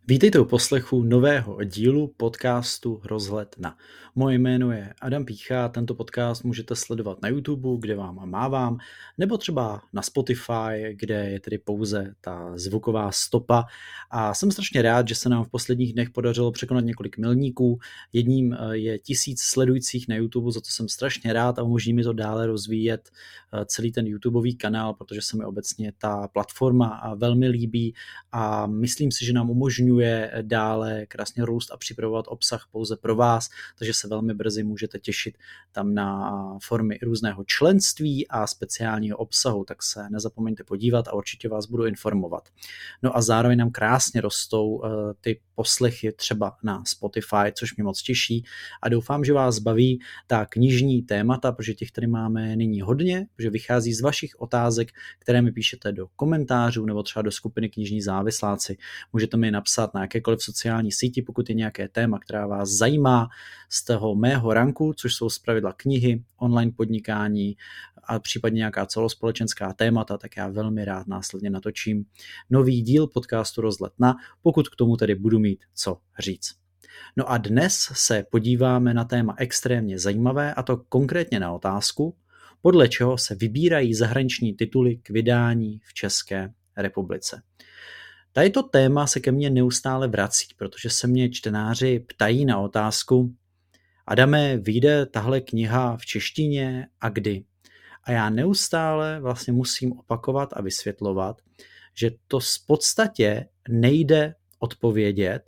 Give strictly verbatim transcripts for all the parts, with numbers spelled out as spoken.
Vítejte u poslechu nového dílu podcastu Rozhled na. Moje jméno je Adam Pícha, tento podcast můžete sledovat na YouTube, kde vám mávám, nebo třeba na Spotify, kde je tedy pouze ta zvuková stopa. A jsem strašně rád, že se nám v posledních dnech podařilo překonat několik milníků. Jedním je tisíc sledujících na YouTube, za to jsem strašně rád a umožní mi to dále rozvíjet celý ten YouTubeový kanál, protože se mi obecně ta platforma velmi líbí a myslím si, že nám umožňuje dále krásně růst a připravovat obsah pouze pro vás, takže se velmi brzy můžete těšit tam na formy různého členství a speciálního obsahu, tak se nezapomeňte podívat a určitě vás budu informovat. No a zároveň nám krásně rostou ty poslechy třeba na Spotify, což mě moc těší a doufám, že vás baví ta knižní témata, protože těch tady máme nyní hodně, že vychází z vašich otázek, které mi píšete do komentářů nebo třeba do skupiny Knižní závisláci. Můžete mi napsat na jakékoliv sociální síti, pokud je nějaké téma, která vás zajímá z toho mého ranku, což jsou zpravidla knihy, online podnikání a případně nějaká celospolečenská témata, tak já velmi rád následně natočím nový díl podcastu Rozhled na, pokud k tomu tedy budu mít co říct. No a dnes se podíváme na téma extrémně zajímavé, a to konkrétně na otázku, podle čeho se vybírají zahraniční tituly k vydání v České republice. Tady to téma se ke mně neustále vrací, protože se mě čtenáři ptají na otázku: Adame, vyjde tahle kniha v češtině a kdy? A já neustále vlastně musím opakovat a vysvětlovat, že to v podstatě nejde odpovědět,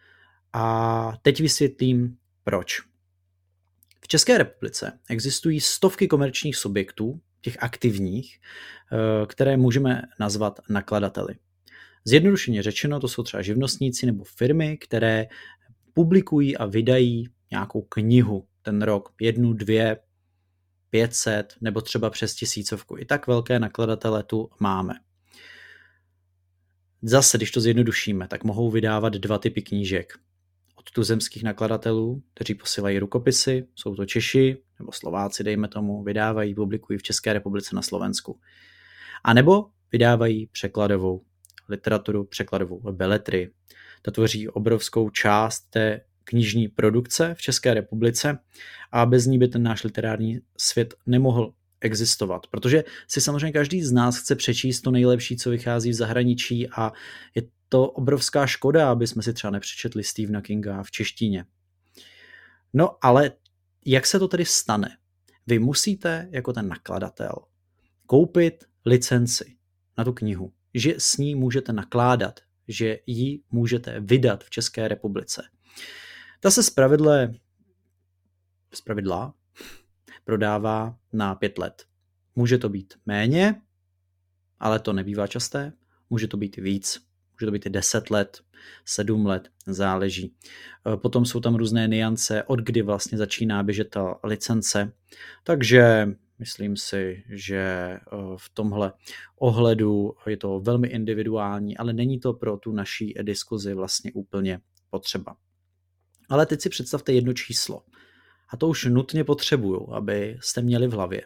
a teď vysvětlím proč. V České republice existují stovky komerčních subjektů, těch aktivních, které můžeme nazvat nakladateli. Zjednodušeně řečeno, to jsou třeba živnostníci nebo firmy, které publikují a vydají nějakou knihu ten rok, jednu, dvě, pět set nebo třeba přes tisícovku. I tak velké nakladatele tu máme. Zase, když to zjednodušíme, tak mohou vydávat dva typy knížek. Od tuzemských nakladatelů, kteří posílají rukopisy, jsou to Češi nebo Slováci, dejme tomu, vydávají, publikují v České republice na Slovensku. A nebo vydávají překladovou literaturu, překladovou beletrii. Ta tvoří obrovskou část té knižní produkce v České republice a bez ní by ten náš literární svět nemohl existovat, protože si samozřejmě každý z nás chce přečíst to nejlepší, co vychází v zahraničí, a je to obrovská škoda, aby jsme si třeba nepřečetli Stephena Kinga v češtině. No ale jak se to tedy stane? Vy musíte jako ten nakladatel koupit licenci na tu knihu, že s ní můžete nakládat, že ji můžete vydat v České republice. Ta se zpravidle, zpravidla prodává na pět let. Může to být méně, ale to nebývá časté. Může to být víc. Může to být i deset let, sedm let, záleží. Potom jsou tam různé niance, od kdy vlastně začíná běžet ta licence. Takže myslím si, že v tomhle ohledu je to velmi individuální, ale není to pro tu naší diskuzi vlastně úplně potřeba. Ale teď si představte jedno číslo. A to už nutně potřebuju, abyste měli v hlavě.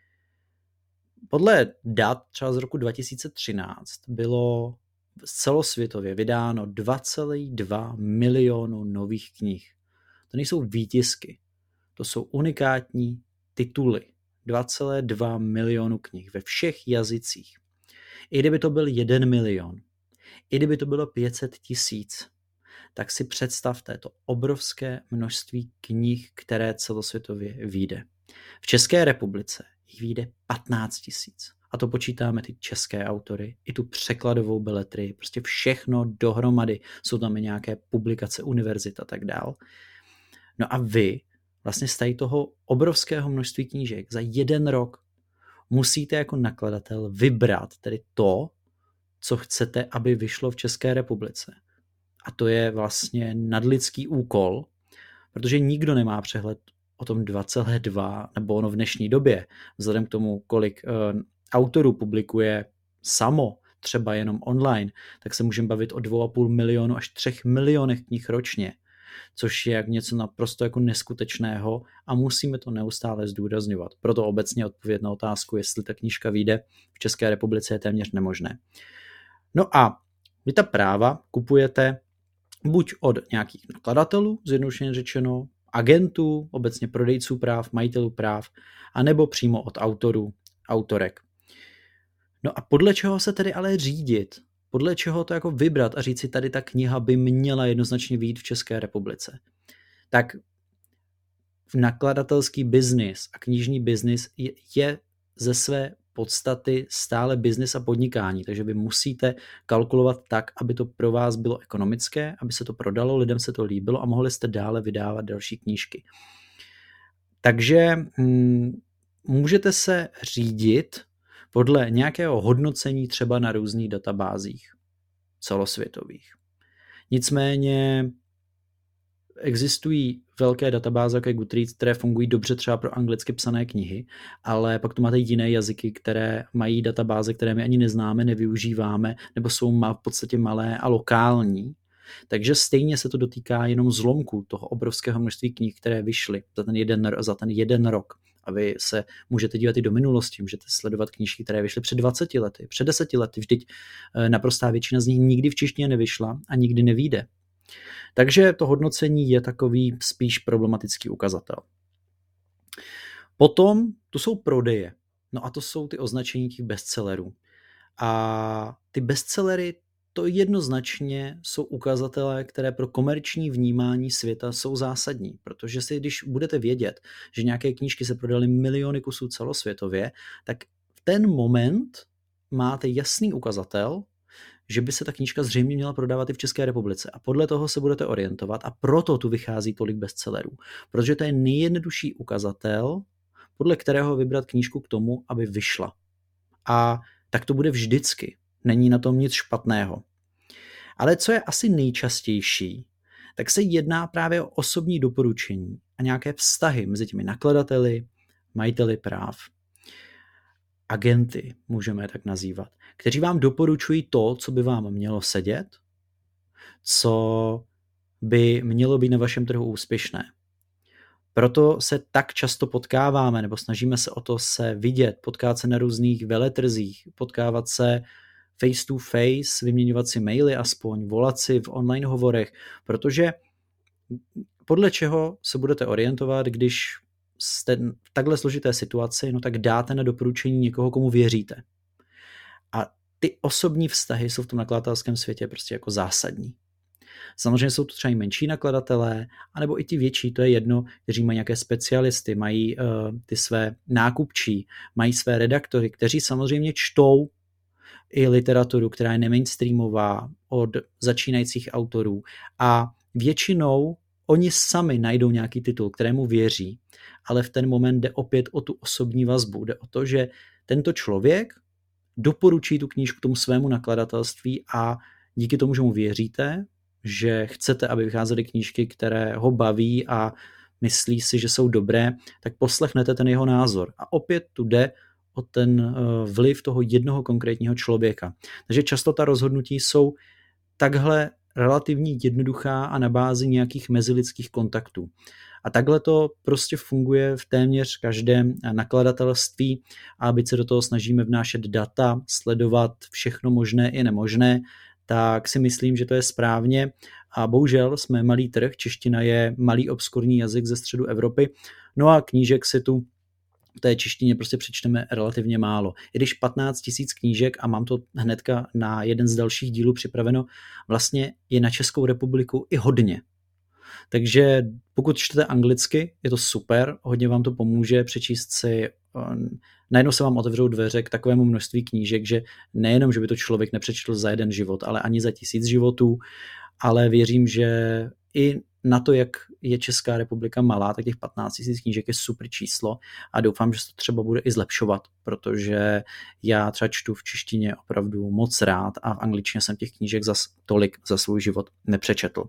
Podle dat třeba z roku dva tisíce třináct bylo celosvětově vydáno dva celé dva milionu nových knih. To nejsou výtisky, to jsou unikátní tituly. dva celé dva milionu knih ve všech jazycích. I kdyby to byl jeden milion, i kdyby to bylo pět set tisíc, tak si představte to obrovské množství knih, které celosvětově vyjde. V České republice jich vyjde patnáct tisíc. A to počítáme ty české autory, i tu překladovou beletrii, prostě všechno dohromady. Jsou tam i nějaké publikace univerzit a tak dál. No a vy vlastně z tady toho obrovského množství knížek za jeden rok musíte jako nakladatel vybrat tedy to, co chcete, aby vyšlo v České republice. A to je vlastně nadlidský úkol, protože nikdo nemá přehled o tom dva celé dva, nebo ono v dnešní době, vzhledem k tomu, kolik uh, autorů publikuje samo, třeba jenom online, tak se můžeme bavit o dvou a půl milionu až třech milionech knih ročně, což je jak něco naprosto jako neskutečného a musíme to neustále zdůrazňovat. Proto obecně odpověď na otázku, jestli ta knížka vyjde v České republice, je téměř nemožné. No a vy ta práva kupujete buď od nějakých nakladatelů, zjednodušeně řečeno, agentů, obecně prodejců práv, majitelů práv, anebo přímo od autorů, autorek. No a podle čeho se tedy ale řídit? Podle čeho to jako vybrat a říct si, tady ta kniha by měla jednoznačně vyjít v České republice? Tak nakladatelský biznis a knižní biznis je, je ze své podstaty stále biznis a podnikání, takže vy musíte kalkulovat tak, aby to pro vás bylo ekonomické, aby se to prodalo, lidem se to líbilo a mohli jste dále vydávat další knížky. Takže hm, můžete se řídit podle nějakého hodnocení třeba na různých databázích celosvětových. Nicméně existují velké databáze, jako je Goodreads, které fungují dobře třeba pro anglicky psané knihy, ale pak tu máte jiné jazyky, které mají databáze, které my ani neznáme, nevyužíváme, nebo jsou v podstatě malé a lokální. Takže stejně se to dotýká jenom zlomku toho obrovského množství knih, které vyšly za ten jeden, za ten jeden rok. A vy se můžete dívat i do minulosti, můžete sledovat knížky, které vyšly před dvaceti lety, před deseti lety. Vždyť naprostá většina z nich nikdy v češtině nevyšla a nikdy nevyjde. Takže to hodnocení je takový spíš problematický ukazatel. Potom tu jsou prodeje. No a to jsou ty označení těch bestsellerů. A ty bestsellery to jednoznačně jsou ukazatele, které pro komerční vnímání světa jsou zásadní, protože si, když budete vědět, že nějaké knížky se prodaly miliony kusů celosvětově, tak v ten moment máte jasný ukazatel, že by se ta knížka zřejmě měla prodávat i v České republice a podle toho se budete orientovat a proto tu vychází tolik bestsellerů, protože to je nejjednodušší ukazatel, podle kterého vybrat knížku k tomu, aby vyšla. A tak to bude vždycky. Není na tom nic špatného. Ale co je asi nejčastější, tak se jedná právě o osobní doporučení a nějaké vztahy mezi těmi nakladateli, majiteli práv, agenty, můžeme je tak nazývat, kteří vám doporučují to, co by vám mělo sedět, co by mělo být na vašem trhu úspěšné. Proto se tak často potkáváme, nebo snažíme se o to se vidět, potkat se na různých veletrzích, potkávat se face to face, vyměňovat si maily aspoň, volat si v online hovorech, protože podle čeho se budete orientovat, když jste v takhle složité situaci, no tak dáte na doporučení někoho, komu věříte. A ty osobní vztahy jsou v tom nakladatelském světě prostě jako zásadní. Samozřejmě jsou to třeba i menší nakladatelé, anebo i ti větší, to je jedno, kteří mají nějaké specialisty, mají uh, ty své nákupčí, mají své redaktory, kteří samozřejmě čtou i literaturu, která je nemainstreamová od začínajících autorů a většinou oni sami najdou nějaký titul, kterému věří, ale v ten moment jde opět o tu osobní vazbu, jde o to, že tento člověk doporučí tu knížku tomu svému nakladatelství a díky tomu, že mu věříte, že chcete, aby vycházely knížky, které ho baví a myslí si, že jsou dobré, tak poslechnete ten jeho názor. A opět tu jde o ten vliv toho jednoho konkrétního člověka. Takže často ta rozhodnutí jsou takhle relativně jednoduchá a na bázi nějakých mezilidských kontaktů. A takhle to prostě funguje v téměř každém nakladatelství a byť se do toho snažíme vnášet data, sledovat všechno možné i nemožné, tak si myslím, že to je správně a bohužel jsme malý trh, čeština je malý obskurní jazyk ze středu Evropy, no a knížek si tu v té češtině prostě přečteme relativně málo. I když patnáct tisíc knížek, a mám to hnedka na jeden z dalších dílů připraveno, vlastně je na Českou republiku i hodně. Takže pokud čtete anglicky, je to super, hodně vám to pomůže přečíst si, najednou se vám otevřou dveře k takovému množství knížek, že nejenom, že by to člověk nepřečetl za jeden život, ale ani za tisíc životů, ale věřím, že i na to, jak je Česká republika malá, tak těch patnáct tisíc knížek je super číslo a doufám, že se to třeba bude i zlepšovat, protože já třeba čtu v češtině opravdu moc rád a v angličtině jsem těch knížek zas tolik za svůj život nepřečetl.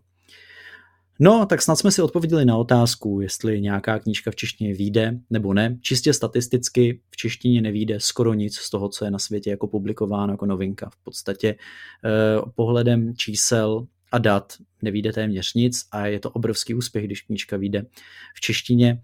No, tak snad jsme si odpověděli na otázku, jestli nějaká knížka v češtině vyjde nebo ne. Čistě statisticky v češtině nevyjde skoro nic z toho, co je na světě jako publikováno jako novinka. V podstatě eh, pohledem čísel a dat nevyjde téměř nic a je to obrovský úspěch, když knížka vyjde v češtině.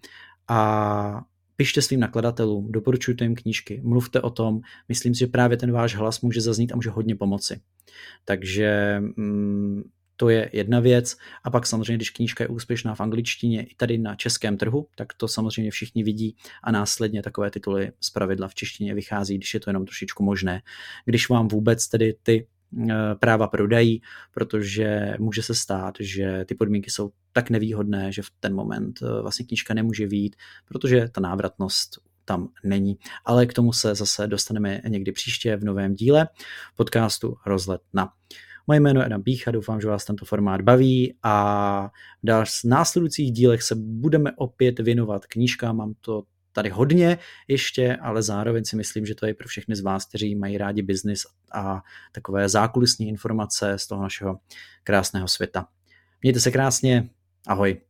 A pište svým nakladatelům, doporučujte jim knížky, mluvte o tom, myslím si, že právě ten váš hlas může zaznít a může hodně pomoci. Takže mm, To je jedna věc. A pak samozřejmě, když knížka je úspěšná v angličtině i tady na českém trhu, tak to samozřejmě všichni vidí a následně takové tituly zpravidla v češtině vychází, když je to jenom trošičku možné. Když vám vůbec tedy ty práva prodají, protože může se stát, že ty podmínky jsou tak nevýhodné, že v ten moment vlastně knížka nemůže vyjít, protože ta návratnost tam není. Ale k tomu se zase dostaneme někdy příště v novém díle podcastu Rozhled na. Moje jméno je Adam Pícha, doufám, že vás tento formát baví a v následujících dílech se budeme opět věnovat knížkám. Mám to tady hodně ještě, ale zároveň si myslím, že to je pro všechny z vás, kteří mají rádi biznis a takové zákulisní informace z toho našeho krásného světa. Mějte se krásně, ahoj.